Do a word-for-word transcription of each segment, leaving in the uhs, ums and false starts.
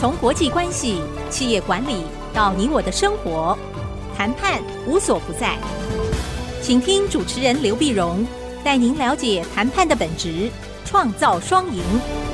从国际关系、企业管理到你我的生活，谈判无所不在。请听主持人刘碧荣带您了解谈判的本质，创造双赢。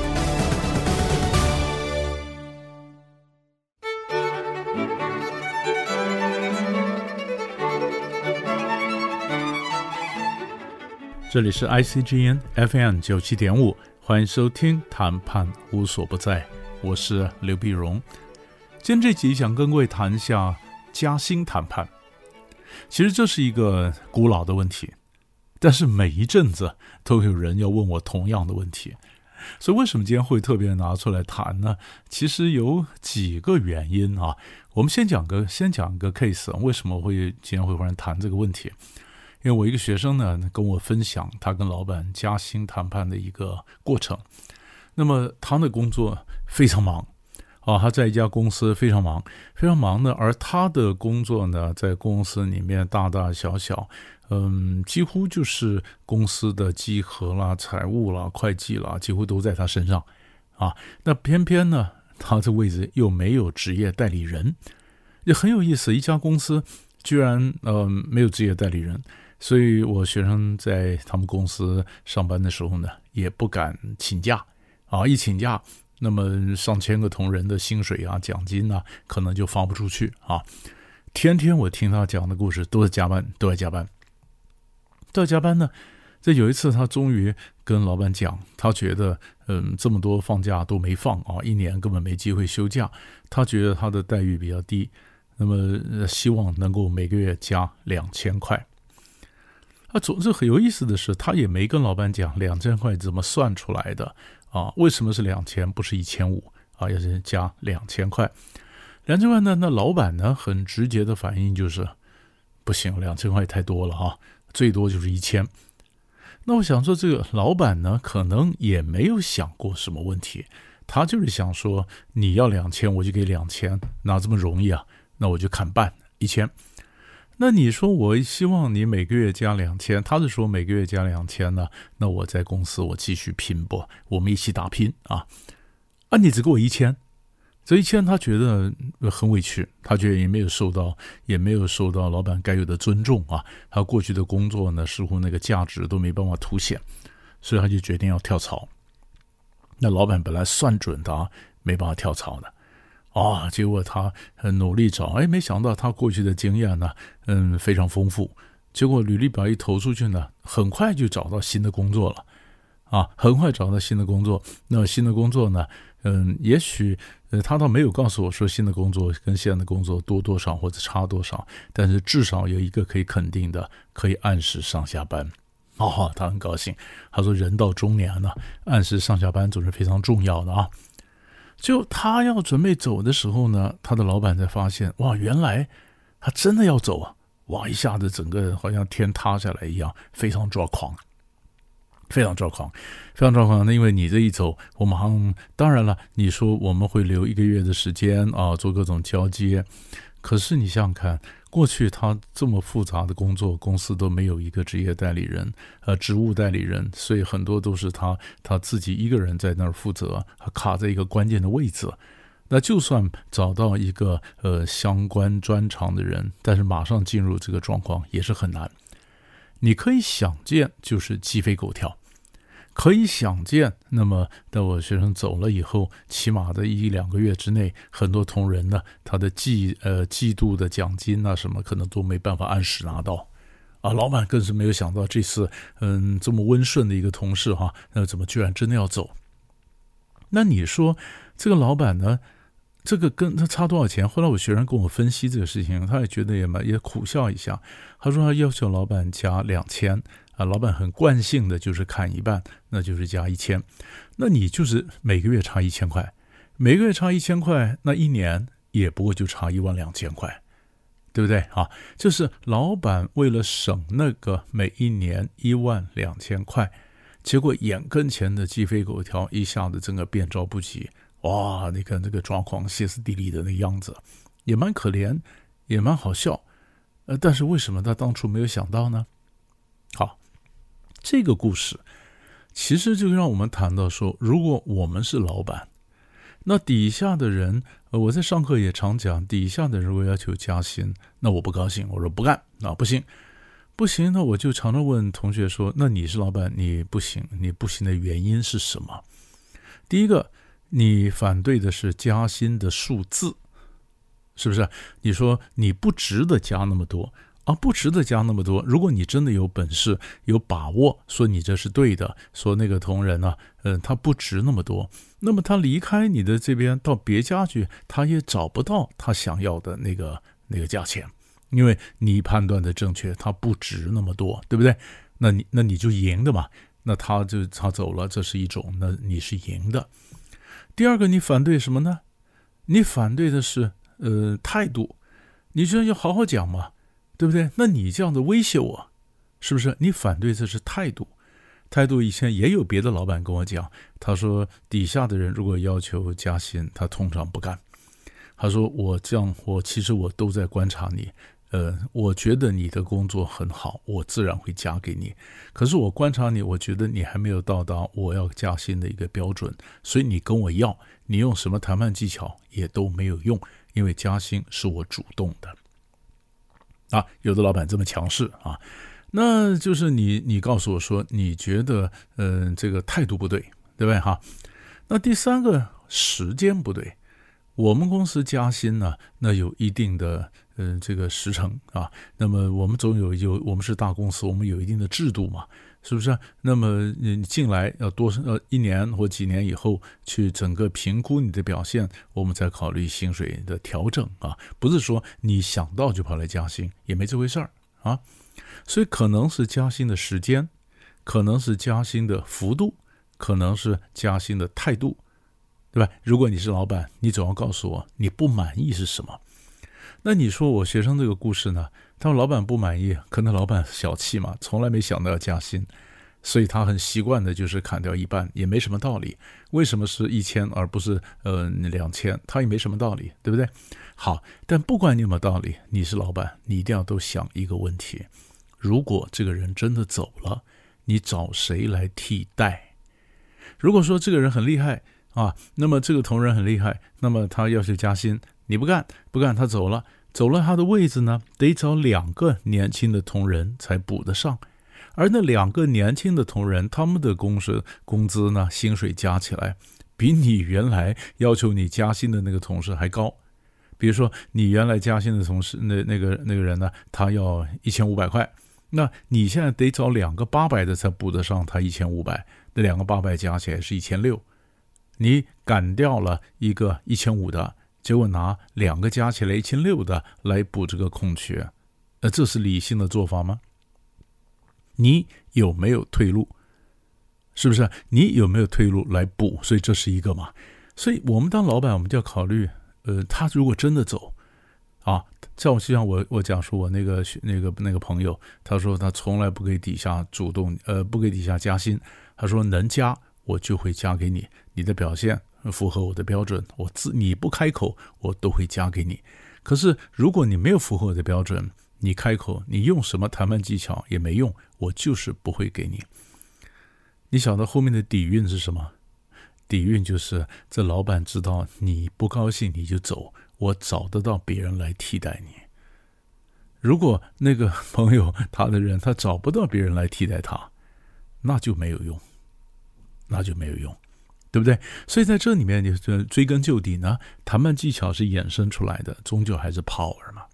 这里是 I C G N F M 九十七点五，欢迎收听谈判无所不在，我是刘碧荣。今天这集想跟各位谈一下加薪谈判。其实这是一个古老的问题，但是每一阵子都有人要问我同样的问题，所以为什么今天会特别拿出来谈呢？其实有几个原因啊。我们先讲个先讲一个 case， 为什么会今天会忽然谈这个问题？因为我一个学生呢跟我分享他跟老板加薪谈判的一个过程。那么他的工作非常忙啊，他在一家公司非常忙非常忙的，而他的工作呢在公司里面大大小小，嗯，几乎就是公司的稽核啦、财务啦、会计啦，几乎都在他身上啊。那偏偏呢他这位置又没有职业代理人，也很有意思，一家公司居然呃没有职业代理人。所以我学生在他们公司上班的时候呢，也不敢请假啊，一请假，那么上千个同仁的薪水啊、奖金啊，可能就发不出去啊。天天我听他讲的故事，都在加班，都在加班，都在加班呢。这有一次，他终于跟老板讲，他觉得，嗯，这么多放假都没放啊，一年根本没机会休假，他觉得他的待遇比较低，那么希望能够每个月加两千块。啊，总之很有意思的是，他也没跟老板讲两千块怎么算出来的啊？为什么是两千，不是一千五啊？要是加两千块，两千块呢？那老板呢，很直接的反应就是不行，两千块太多了啊，最多就是一千。那我想说，这个老板呢，可能也没有想过什么问题，他就是想说，你要两千，我就给两千，哪这么容易啊？那我就砍半，一千。那你说我希望你每个月加两千，他是说每个月加两千呢，那我在公司我继续拼搏，我们一起打拼啊！啊，你只给我一千，这一千他觉得很委屈，他觉得也没有受到也没有受到老板该有的尊重啊，他过去的工作呢似乎那个价值都没办法凸显，所以他就决定要跳槽。那老板本来算准他没办法跳槽的。啊，结果他很努力找，哎，没想到他过去的经验呢，嗯，非常丰富。结果履历表一投出去呢，很快就找到新的工作了，啊，很快找到新的工作。那新的工作呢，嗯，也许呃他倒没有告诉我说新的工作跟现在的工作多多少或者差多少，但是至少有一个可以肯定的，可以按时上下班。哦，他很高兴，他说人到中年呢，按时上下班总是非常重要的啊。就他要准备走的时候呢，他的老板才发现，哇，原来他真的要走啊！哇，一下子整个人好像天塌下来一样，非常抓狂，非常抓狂，非常抓狂。那因为你这一走，我马上，当然了，你说我们会留一个月的时间啊，做各种交接，可是你想想看，过去他这么复杂的工作，公司都没有一个职业代理人，呃，职务代理人，所以很多都是他他自己一个人在那儿负责，他卡在一个关键的位置。那就算找到一个呃相关专长的人，但是马上进入这个状况也是很难。你可以想见，就是鸡飞狗跳。可以想见，那么在我学生走了以后，起码的一两个月之内，很多同仁呢，他的季呃季度的奖金啊什么，可能都没办法按时拿到，啊，老板更是没有想到这次嗯这么温顺的一个同事哈，那怎么居然真的要走？那你说这个老板呢，这个跟他差多少钱？后来我学生跟我分析这个事情，他也觉得也蛮也苦笑一下，他说他要求老板加两千。啊，老板很惯性的就是砍一半，那就是加一千，那你就是每个月差一千块，每个月差一千块，那一年也不过就差一万两千块，对不对啊？就是老板为了省那个每一年一万两千块，结果眼跟前的鸡飞狗跳，一下子整个变招不及，哇！你看这个抓狂、歇斯底里的那样子，也蛮可怜，也蛮好笑。呃，但是为什么他当初没有想到呢？好。这个故事其实就让我们谈到说，如果我们是老板， 那底下的人，呃，我在上课也常讲，底下的人如果要求加薪，那我不高兴，我说不干啊，不行，不行，那我就常常问同学说，那你是老板，你不行，你不行的原因是什么？第一个，你反对的是加薪的数字，是不是？你说你不值得加那么多。啊，不值得加那么多。如果你真的有本事、有把握，说你这是对的，说那个同仁呢、啊，嗯，他不值那么多，那么他离开你的这边到别家去，他也找不到他想要的那个那个价钱，因为你判断的正确，他不值那么多，对不对？那你那你就赢的嘛，那他就他走了，这是一种，那你是赢的。第二个，你反对什么呢？你反对的是呃态度，你觉得要好好讲嘛。对不对？那你这样的威胁我，是不是？你反对这是态度，态度以前也有别的老板跟我讲，他说底下的人如果要求加薪，他通常不干。他说我这样，我其实我都在观察你，呃，我觉得你的工作很好，我自然会加给你。可是我观察你，我觉得你还没有到达我要加薪的一个标准，所以你跟我要，你用什么谈判技巧也都没有用，因为加薪是我主动的。啊，有的老板这么强势啊，那就是你你告诉我说你觉得嗯、呃、这个态度不对，对不对哈？那第三个时间不对，我们公司加薪呢，那有一定的嗯、呃、这个时程啊，那么我们总有有我们是大公司，我们有一定的制度嘛，是不是、啊？那么你进来要多呃一年或几年以后去整个评估你的表现，我们才考虑薪水的调整啊，不是说你想到就跑来加薪，也没这回事儿啊。所以可能是加薪的时间，可能是加薪的幅度，可能是加薪的态度，对吧？如果你是老板，你总要告诉我你不满意是什么。那你说我学生这个故事呢？他说老板不满意，可能老板小气嘛，从来没想到要加薪，所以他很习惯的就是砍掉一半，也没什么道理。为什么是一千而不是呃两千？他也没什么道理，对不对？好，但不管你有没有道理，你是老板，你一定要都想一个问题：如果这个人真的走了，你找谁来替代？如果说这个人很厉害啊，那么这个同仁很厉害，那么他要求加薪，你不干，不干，他走了。走了他的位置呢，得找两个年轻的同仁才补得上，而那两个年轻的同仁，他们的工时、工资呢、薪水加起来，比你原来要求你加薪的那个同事还高。比如说，你原来加薪的同事，那那个那个人呢，他要一千五百块，那你现在得找两个八百的才补得上他一千五百，那两个八百加起来是一千六，你赶掉了一个一千五的。结果拿两个加起来一千六的来补这个空缺，呃，这是理性的做法吗？你有没有退路？是不是？你有没有退路来补？所以这是一个嘛。所以我们当老板，我们就要考虑，呃，他如果真的走啊，像我就像我我讲说我那个那个那个朋友，他说他从来不给底下主动呃不给底下加薪，他说能加我就会加给你，你的表现符合我的标准，我自你不开口我都会加给你。可是如果你没有符合我的标准，你开口你用什么谈判技巧也没用，我就是不会给你。你晓得后面的底蕴是什么？底蕴就是这老板知道你不高兴你就走，我找得到别人来替代你。如果那个朋友他的人他找不到别人来替代他，那就没有用，那就没有用，对不对？所以在这里面你追根究底呢，谈判技巧是衍生出来的，终究还是 power 嘛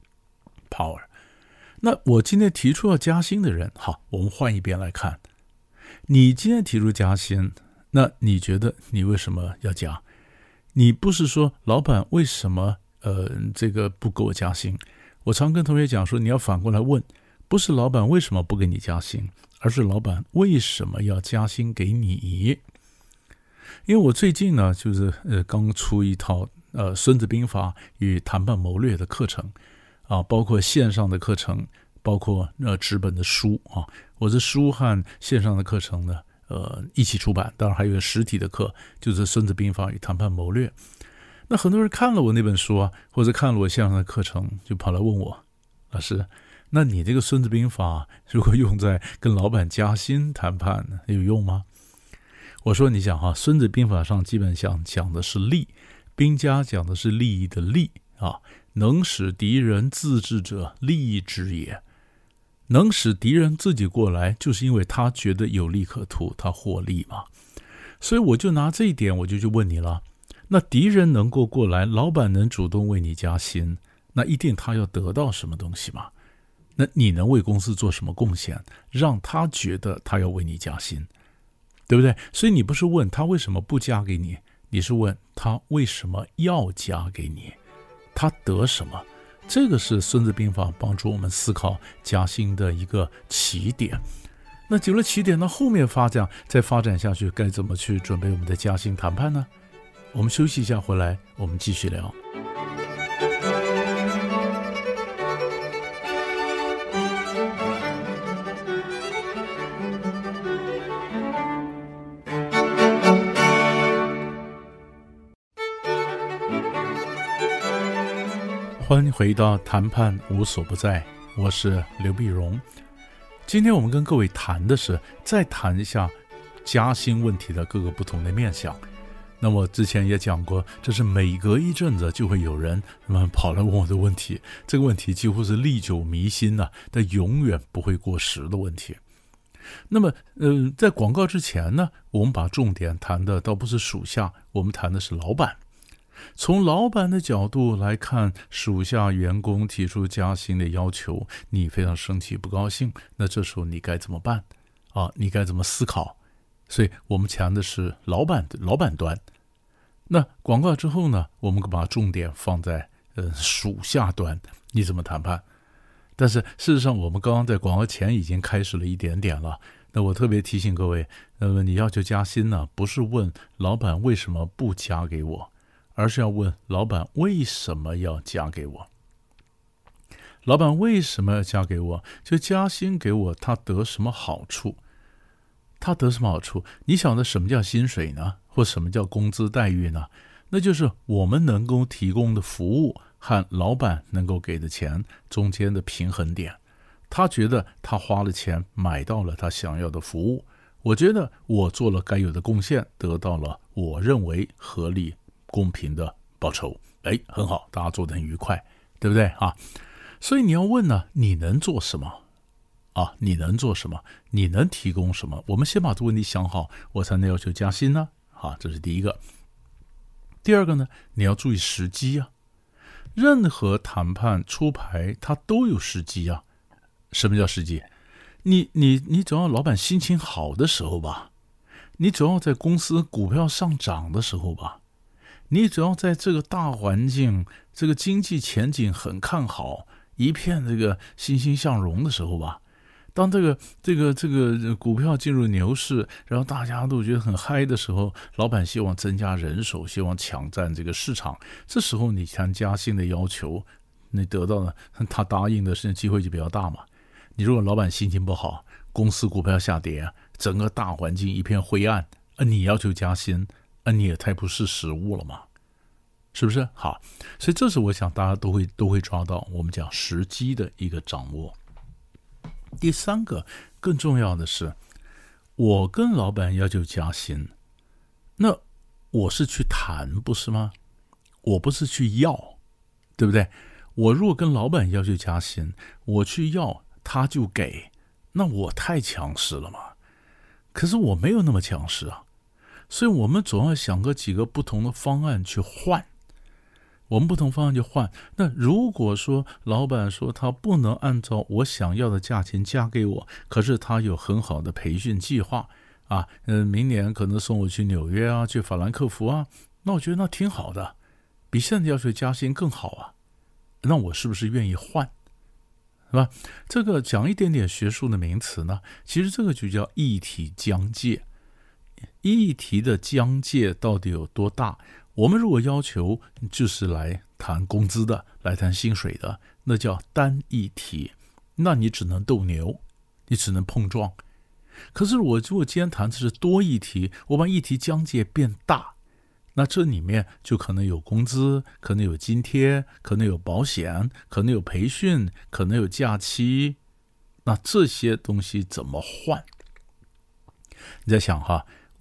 power。 那我今天提出要加薪的人，好，我们换一边来看，你今天提出加薪，那你觉得你为什么要加？你不是说老板为什么呃这个不给我加薪？我常跟同学讲说，你要反过来问，不是老板为什么不给你加薪，而是老板为什么要加薪给你？因为我最近呢，就是呃刚出一套呃《孙子兵法与谈判谋略》的课程啊，包括线上的课程，包括呃纸本的书啊。我这书和线上的课程呢，呃一起出版，当然还有实体的课，就是《孙子兵法与谈判谋略》。那很多人看了我那本书啊，或者看了我线上的课程，就跑来问我，老师，那你这个《孙子兵法》如果用在跟老板加薪谈判有用吗？ 我说你想哈，《孙子兵法》上基本上讲的是利，兵家讲的是利益的利啊，能使敌人自制者，利益之也。能使敌人自己过来，就是因为他觉得有利可图，他获利嘛。所以我就拿这一点，我就去问你了。那敌人能够过来，老板能主动为你加薪，那一定他要得到什么东西嘛？那你能为公司做什么贡献，让他觉得他要为你加薪，对不对？所以你不是问他为什么不加给你，你是问他为什么要加给你，他得什么？这个是《孙子兵法》帮助我们思考加薪的一个起点。那有了起点，那后面发展再发展下去，该怎么去准备我们的加薪谈判呢？我们休息一下，回来我们继续聊。欢迎回到谈判无所不在，我是刘碧荣。今天我们跟各位谈的是，再谈一下加薪问题的各个不同的面向。那么之前也讲过，这是每隔一阵子就会有人跑来问我的问题，这个问题几乎是历久弥新啊，但永远不会过时的问题。那么呃，在广告之前呢，我们把重点谈的倒不是属下，我们谈的是老板。从老板的角度来看，属下员工提出加薪的要求，你非常生气不高兴，那这时候你该怎么办啊？你该怎么思考？所以我们谈的是老板老板端。那广告之后呢，我们把重点放在呃属下端，你怎么谈判？但是事实上，我们刚刚在广告前已经开始了一点点了。那我特别提醒各位，呃，你要求加薪呢，不是问老板为什么不加给我，而是要问老板为什么要加给我。老板为什么要加给我？就加薪给我，他得什么好处？他得什么好处？你晓得什么叫薪水呢？或什么叫工资待遇呢？那就是我们能够提供的服务和老板能够给的钱中间的平衡点。他觉得他花了钱买到了他想要的服务，我觉得我做了该有的贡献，得到了我认为合理公平的报酬。哎，很好，大家做得很愉快，对不对啊？所以你要问呢，你能做什么啊？你能做什么？你能提供什么？我们先把这个问题想好，我才能要求加薪呢。啊，这是第一个。第二个呢，你要注意时机啊。任何谈判出牌，它都有时机啊。什么叫时机？你你你总要老板心情好的时候吧，你总要在公司股票上涨的时候吧，你只要在这个大环境，这个经济前景很看好，一片这个欣欣向荣的时候吧。当这个这个这个股票进入牛市，然后大家都觉得很嗨的时候，老板希望增加人手，希望抢占这个市场，这时候你谈加薪的要求，你得到的他答应的是机会就比较大嘛。你如果老板心情不好，公司股票下跌，整个大环境一片灰暗，啊，你要求加薪，啊，你也太不识时务了嘛，是不是？好，所以这是我想大家都会都会抓到我们讲时机的一个掌握。第三个更重要的是，我跟老板要求加薪，那我是去谈不是吗？我不是去要，对不对？我如果跟老板要求加薪，我去要他就给，那我太强势了嘛。可是我没有那么强势啊，所以我们总要想个几个不同的方案去换。我们不同方案就换。那如果说老板说他不能按照我想要的价钱加给我，可是他有很好的培训计划啊，呃，明年可能送我去纽约啊，去法兰克福啊，那我觉得那挺好的，比现在要求加薪更好啊。那我是不是愿意换？是吧？这个讲一点点学术的名词呢，其实这个就叫议题疆界。议题的疆界到底有多大？我们如果要求就是来谈工资的，来谈薪水的，那叫单议题，那你只能斗牛，你只能碰撞。可是我如果今天谈的是多议题，我把议题疆界变大，那这里面就可能有工资，可能有津贴，可能有保险，可能有培训，可能有假期，那这些东西怎么换？你在想哈，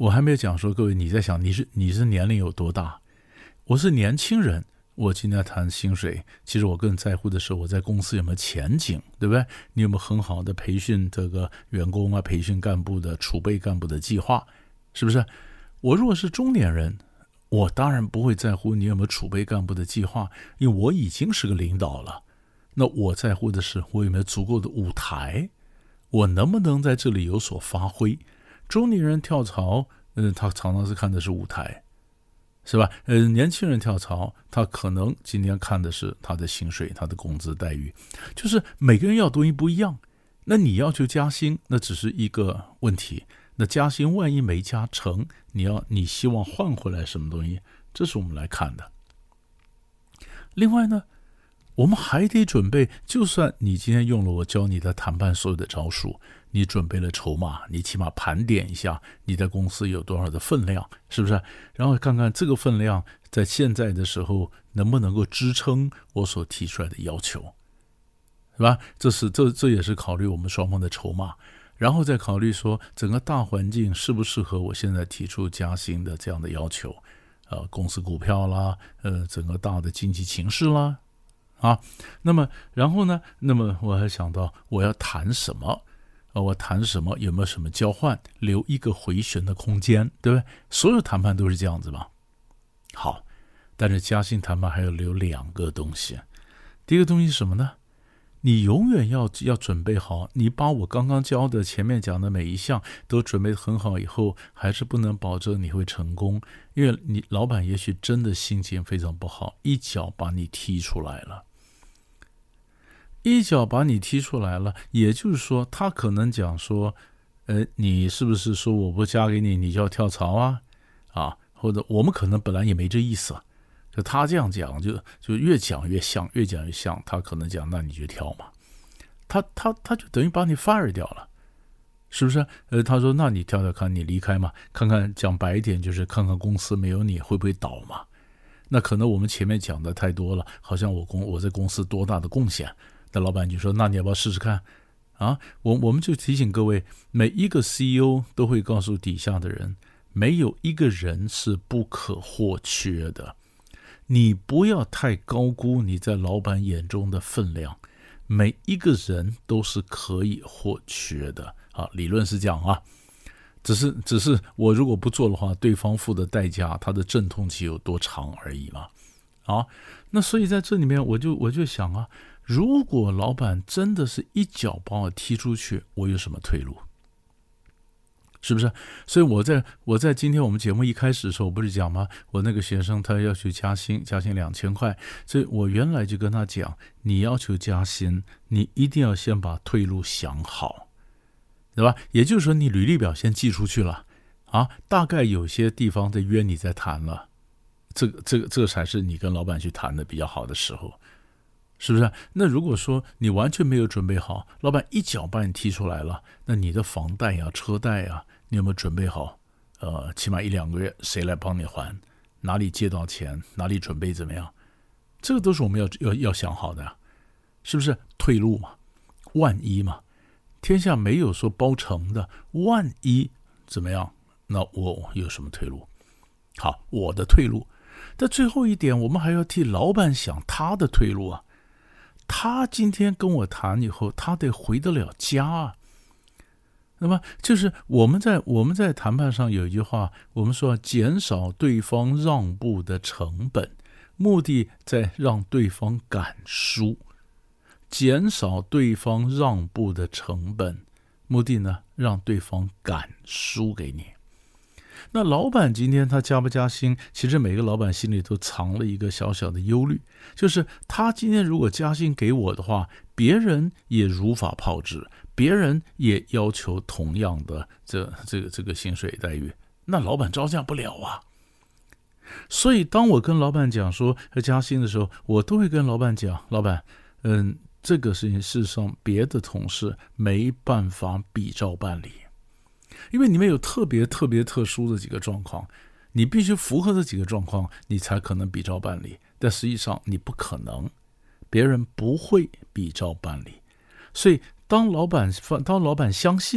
我还没有讲说，各位你在想你是你是年龄有多大？我是年轻人，我今天谈薪水，其实我更在乎的是我在公司有没有前景，对不对？你有没有很好的培训这个员工啊，培训干部的储备干部的计划，是不是？我如果是中年人，我当然不会在乎你有没有储备干部的计划，因为我已经是个领导了。那我在乎的是我有没有足够的舞台，我能不能在这里有所发挥。中年人跳槽，呃，他常常是看的是舞台，是吧？呃，年轻人跳槽，他可能今天看的是他的薪水、他的工资待遇，就是每个人要东西不一样。那你要求加薪，那只是一个问题。那加薪万一没加成，你要你希望换回来什么东西？这是我们来看的。另外呢，我们还得准备，就算你今天用了我教你的谈判所有的招数，你准备了筹码，你起码盘点一下你在公司有多少的分量，是不是？然后看看这个分量在现在的时候能不能够支撑我所提出来的要求，是吧？这是这这也是考虑我们双方的筹码，然后再考虑说整个大环境适不适合我现在提出加薪的这样的要求，呃，公司股票啦，呃，整个大的经济情势啦。啊，那么然后呢？那么我还想到我要谈什么？呃，我谈什么？有没有什么交换？留一个回旋的空间，对不对？所有谈判都是这样子嘛。好，但是加薪谈判还要留两个东西。第一个东西是什么呢？你永远要要准备好，你把我刚刚教的前面讲的每一项都准备很好以后，还是不能保证你会成功，因为你老板也许真的心情非常不好，一脚把你踢出来了。一脚把你踢出来了，也就是说他可能讲说呃，你是不是说我不加给你你就要跳槽啊啊，或者我们可能本来也没这意思，就他这样讲就就越讲越像越讲越像，他可能讲那你就跳嘛，他他他就等于把你 fire 掉了，是不是？呃，他说那你跳跳看，你离开嘛，看看讲白一点就是看看公司没有你会不会倒嘛。那可能我们前面讲的太多了，好像我公我在公司多大的贡献，那老板就说那你要不要试试看啊？我我们就提醒各位，每一个 C E O 都会告诉底下的人，没有一个人是不可或缺的，你不要太高估你在老板眼中的分量，每一个人都是可以或缺的啊，理论是这样啊，只是只是我如果不做的话，对方付的代价，他的阵痛期有多长而已嘛。啊，那所以在这里面我就我就想啊，如果老板真的是一脚把我踢出去，我有什么退路？是不是？所以我在我在今天我们节目一开始的时候，我不是讲吗？我那个学生他要求加薪，加薪两千块，所以我原来就跟他讲，你要求加薪，你一定要先把退路想好，对吧？也就是说，你履历表先寄出去了啊，大概有些地方在约你在谈了，这个这个这个才是你跟老板去谈的比较好的时候。是不是？那如果说你完全没有准备好，老板一脚把你踢出来了，那你的房贷呀、车贷呀，你有没有准备好？呃，起码一两个月，谁来帮你还？哪里借到钱？哪里准备怎么样？这个都是我们要要要想好的，是不是？退路嘛，万一嘛，天下没有说包成的，万一怎么样？那我有什么退路？好，我的退路。但最后一点，我们还要替老板想他的退路啊。他今天跟我谈以后，他得回得了家啊。那么就是我们在我们在谈判上有一句话，我们说减少对方让步的成本，目的在让对方敢输。减少对方让步的成本，目的呢让对方敢输给你。那老板今天他加不加薪，其实每个老板心里都藏了一个小小的忧虑，就是他今天如果加薪给我的话，别人也如法炮制，别人也要求同样的这这个这个薪水待遇，那老板招架不了啊。所以当我跟老板讲说要加薪的时候，我都会跟老板讲，老板，嗯，这个事情事实上别的同事没办法比照办理。因为你们有特别特别特殊的几个状况，你必须符合这几个状况，你才可能比照办理。但实际上你不可能，别人不会比照办理。所以当老板当老板相信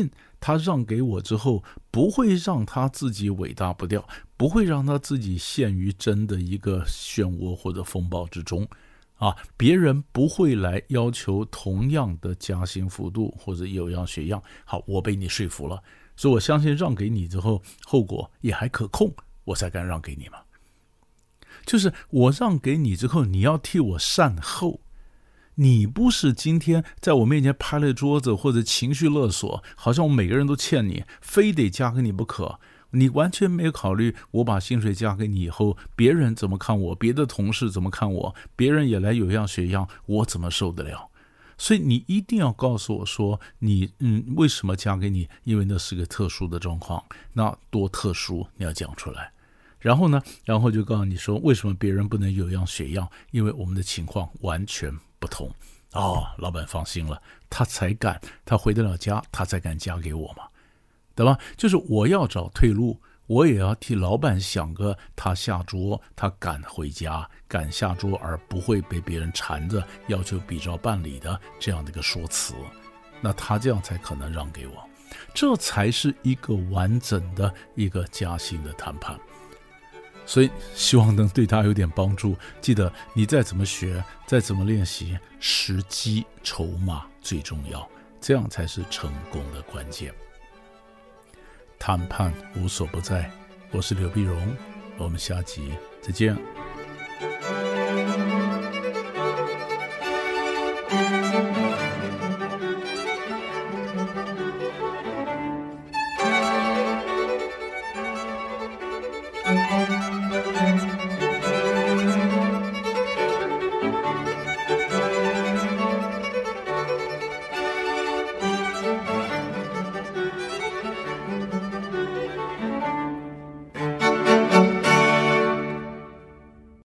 他让给我之后，不会让他自己尾大不掉，不会让他自己陷于真的一个漩涡或者风暴之中啊，别人不会来要求同样的加薪幅度或者有样学样。好，我被你说服了，所以我相信让给你之后，后果也还可控，我才敢让给你嘛。就是我让给你之后，你要替我善后。你不是今天在我面前拍了桌子或者情绪勒索，好像我每个人都欠你，非得加给你不可。你完全没有考虑我把薪水加给你以后，别人怎么看我，别的同事怎么看我，别人也来有样学样，我怎么受得了？所以你一定要告诉我说，你嗯为什么加给你？因为那是个特殊的状况，那多特殊你要讲出来。然后呢，然后就告诉你说，为什么别人不能有样学样？因为我们的情况完全不同。哦，老板放心了，他才敢，他回得了家，他才敢加给我嘛，对吧？就是我要找退路，我也要替老板想个他下桌，他敢回家，敢下桌，而不会被别人缠着要求比照办理的这样的一个说辞，那他这样才可能让给我，这才是一个完整的一个加薪的谈判。所以希望能对他有点帮助。记得你再怎么学，再怎么练习，时机筹码最重要，这样才是成功的关键。谈判无所不在，我是刘碧荣，我们下集再见。